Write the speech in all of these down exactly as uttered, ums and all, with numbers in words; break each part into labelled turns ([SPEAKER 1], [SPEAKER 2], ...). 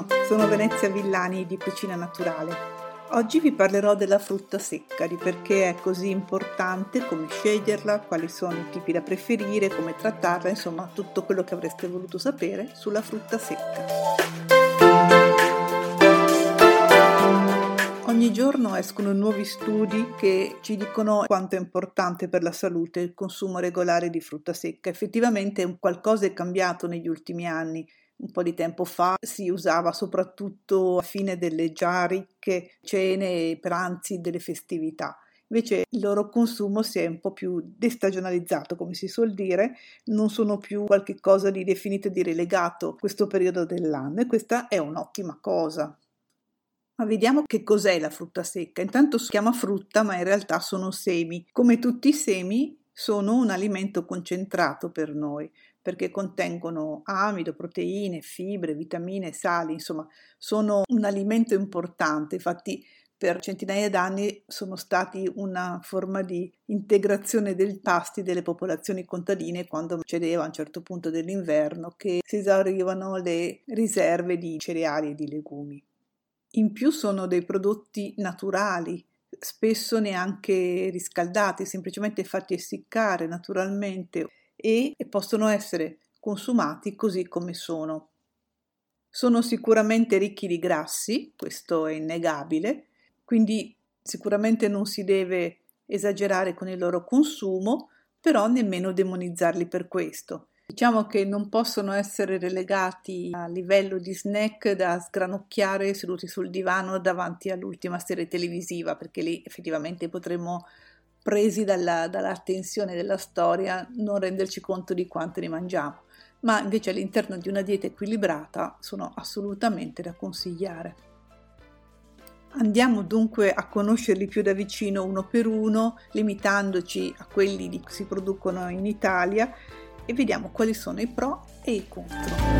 [SPEAKER 1] Buongiorno, sono Venezia Villani di Cucina Naturale. Oggi vi parlerò della frutta secca, di perché è così importante, come sceglierla, quali sono i tipi da preferire, come trattarla, insomma tutto quello che avreste voluto sapere sulla frutta secca. Ogni giorno escono nuovi studi che ci dicono quanto è importante per la salute il consumo regolare di frutta secca. Effettivamente qualcosa è cambiato negli ultimi anni. Un po' di tempo fa si usava soprattutto a fine delle già ricche cene e pranzi delle festività. Invece il loro consumo si è un po' più destagionalizzato, come si suol dire, non sono più qualche cosa di definito e di relegato a questo periodo dell'anno e questa è un'ottima cosa. Ma vediamo che cos'è la frutta secca. Intanto si chiama frutta, ma in realtà sono semi. Come tutti i semi, sono un alimento concentrato per noi, perché contengono amido, proteine, fibre, vitamine, sali, insomma, sono un alimento importante. Infatti, per centinaia d'anni sono stati una forma di integrazione dei pasti delle popolazioni contadine quando succedeva a un certo punto dell'inverno che si esaurivano le riserve di cereali e di legumi. In più sono dei prodotti naturali, spesso neanche riscaldati, semplicemente fatti essiccare naturalmente e possono essere consumati così come sono. Sono sicuramente ricchi di grassi, questo è innegabile, quindi sicuramente non si deve esagerare con il loro consumo, però nemmeno demonizzarli per questo. Diciamo che non possono essere relegati a livello di snack da sgranocchiare seduti sul divano davanti all'ultima serie televisiva, perché lì effettivamente potremmo, presi dalla, dalla tensione della storia, non renderci conto di quanto ne mangiamo, ma invece all'interno di una dieta equilibrata sono assolutamente da consigliare. Andiamo dunque a conoscerli più da vicino uno per uno, limitandoci a quelli che si producono in Italia, e vediamo quali sono i pro e i contro.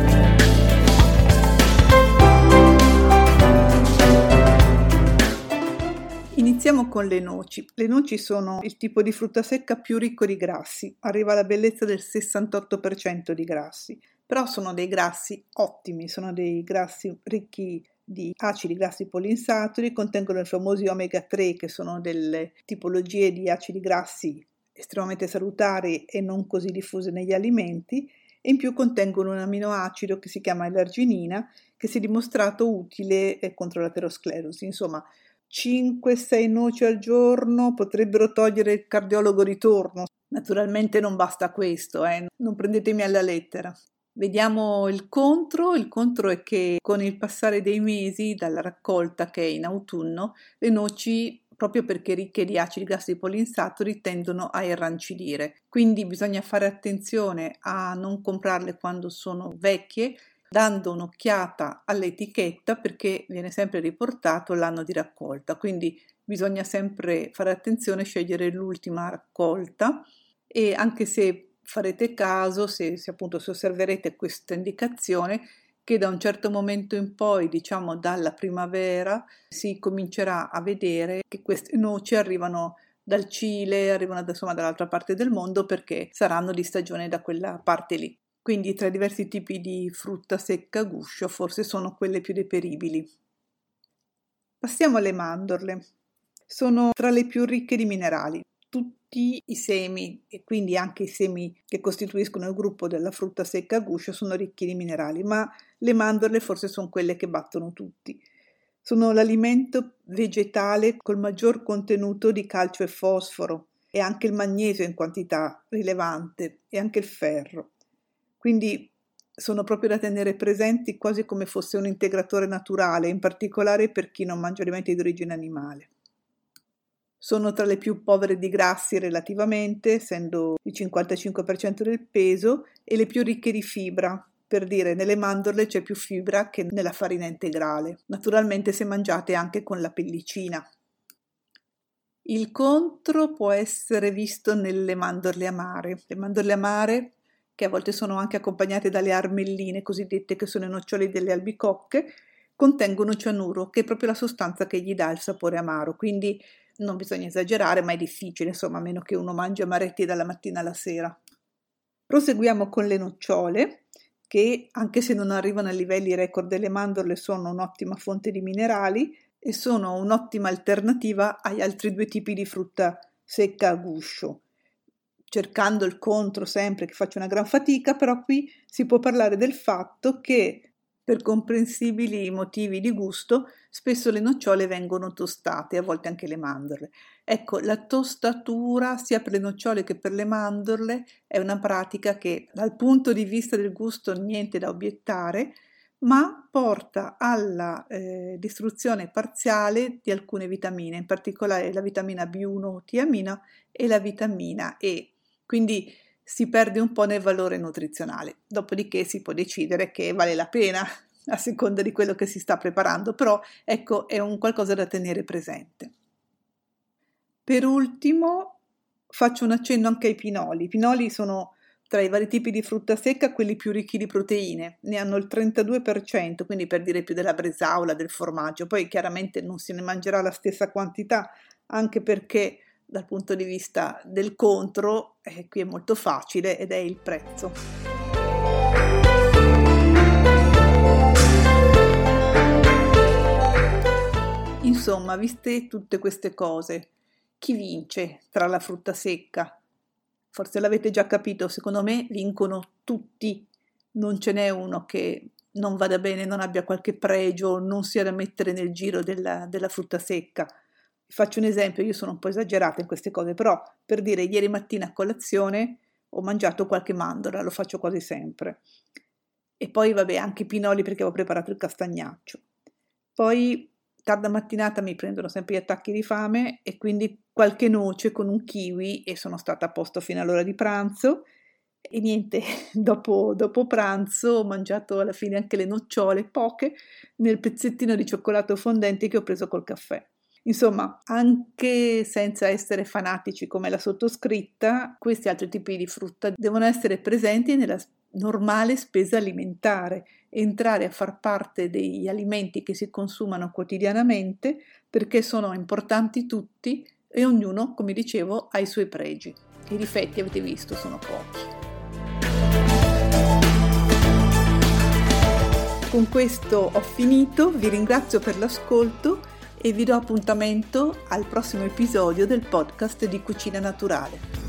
[SPEAKER 1] Iniziamo con le noci. Le noci sono il tipo di frutta secca più ricco di grassi, arriva alla bellezza del sessantotto per cento di grassi, però sono dei grassi ottimi, sono dei grassi ricchi di acidi grassi poliinsaturi, contengono i famosi omega tre che sono delle tipologie di acidi grassi estremamente salutari e non così diffuse negli alimenti, e in più contengono un aminoacido che si chiama l'arginina, che si è dimostrato utile contro l'aterosclerosi. Insomma, cinque sei noci al giorno potrebbero togliere il cardiologo di turno. Naturalmente non basta questo, eh? Non prendetemi alla lettera. Vediamo il contro. Il contro è che con il passare dei mesi, dalla raccolta che è in autunno, le noci, proprio perché ricche di acidi grassi poliinsaturi, tendono a irrancidire. Quindi bisogna fare attenzione a non comprarle quando sono vecchie, dando un'occhiata all'etichetta perché viene sempre riportato l'anno di raccolta. Quindi bisogna sempre fare attenzione a scegliere l'ultima raccolta, e anche se farete caso, se, se appunto se osserverete questa indicazione, che da un certo momento in poi, diciamo dalla primavera, si comincerà a vedere che queste noci arrivano dal Cile, arrivano da, insomma, dall'altra parte del mondo, perché saranno di stagione da quella parte lì. Quindi tra i diversi tipi di frutta secca a guscio forse sono quelle più deperibili. Passiamo alle mandorle. Sono tra le più ricche di minerali. Tutti i semi, e quindi anche i semi che costituiscono il gruppo della frutta secca a guscio, sono ricchi di minerali, ma le mandorle forse sono quelle che battono tutti. Sono l'alimento vegetale col maggior contenuto di calcio e fosforo, e anche il magnesio in quantità rilevante, e anche il ferro. Quindi sono proprio da tenere presenti quasi come fosse un integratore naturale, in particolare per chi non mangia alimenti di origine animale. Sono tra le più povere di grassi relativamente, essendo il cinquantacinque per cento del peso, e le più ricche di fibra. Per dire, nelle mandorle c'è più fibra che nella farina integrale, naturalmente se mangiate anche con la pellicina. Il contro può essere visto nelle mandorle amare. Le mandorle amare, che a volte sono anche accompagnate dalle armelline cosiddette, che sono i noccioli delle albicocche, contengono cianuro, che è proprio la sostanza che gli dà il sapore amaro, quindi non bisogna esagerare, ma è difficile, insomma, a meno che uno mangi amaretti dalla mattina alla sera. Proseguiamo con le nocciole, che anche se non arrivano ai livelli record delle mandorle sono un'ottima fonte di minerali e sono un'ottima alternativa agli altri due tipi di frutta secca a guscio, cercando il contro sempre, che faccio una gran fatica, però qui si può parlare del fatto che per comprensibili motivi di gusto spesso le nocciole vengono tostate, a volte anche le mandorle. Ecco, la tostatura sia per le nocciole che per le mandorle è una pratica che dal punto di vista del gusto niente da obiettare, ma porta alla eh, distruzione parziale di alcune vitamine, in particolare la vitamina B uno tiamina e la vitamina E. Quindi si perde un po' nel valore nutrizionale, dopodiché si può decidere che vale la pena a seconda di quello che si sta preparando, però ecco è un qualcosa da tenere presente. Per ultimo faccio un accenno anche ai pinoli. I pinoli sono tra i vari tipi di frutta secca quelli più ricchi di proteine, ne hanno il trentadue per cento, quindi per dire più della bresaola, del formaggio. Poi chiaramente non se ne mangerà la stessa quantità, anche perché dal punto di vista del contro, eh, qui è molto facile ed è il prezzo. Insomma, viste tutte queste cose, chi vince tra la frutta secca? Forse l'avete già capito, secondo me vincono tutti, non ce n'è uno che non vada bene, non abbia qualche pregio, non sia da mettere nel giro della, della frutta secca. Faccio un esempio, io sono un po' esagerata in queste cose, però per dire ieri mattina a colazione ho mangiato qualche mandorla, lo faccio quasi sempre. E poi vabbè anche i pinoli perché avevo preparato il castagnaccio. Poi tarda mattinata mi prendono sempre gli attacchi di fame e quindi qualche noce con un kiwi e sono stata a posto fino all'ora di pranzo. E niente, dopo, dopo pranzo ho mangiato alla fine anche le nocciole, poche, nel pezzettino di cioccolato fondente che ho preso col caffè. Insomma, anche senza essere fanatici come la sottoscritta, questi altri tipi di frutta devono essere presenti nella normale spesa alimentare, entrare a far parte degli alimenti che si consumano quotidianamente perché sono importanti tutti e ognuno, come dicevo, ha i suoi pregi. I difetti, avete visto, sono pochi. Con questo ho finito, vi ringrazio per l'ascolto e vi do appuntamento al prossimo episodio del podcast di Cucina Naturale.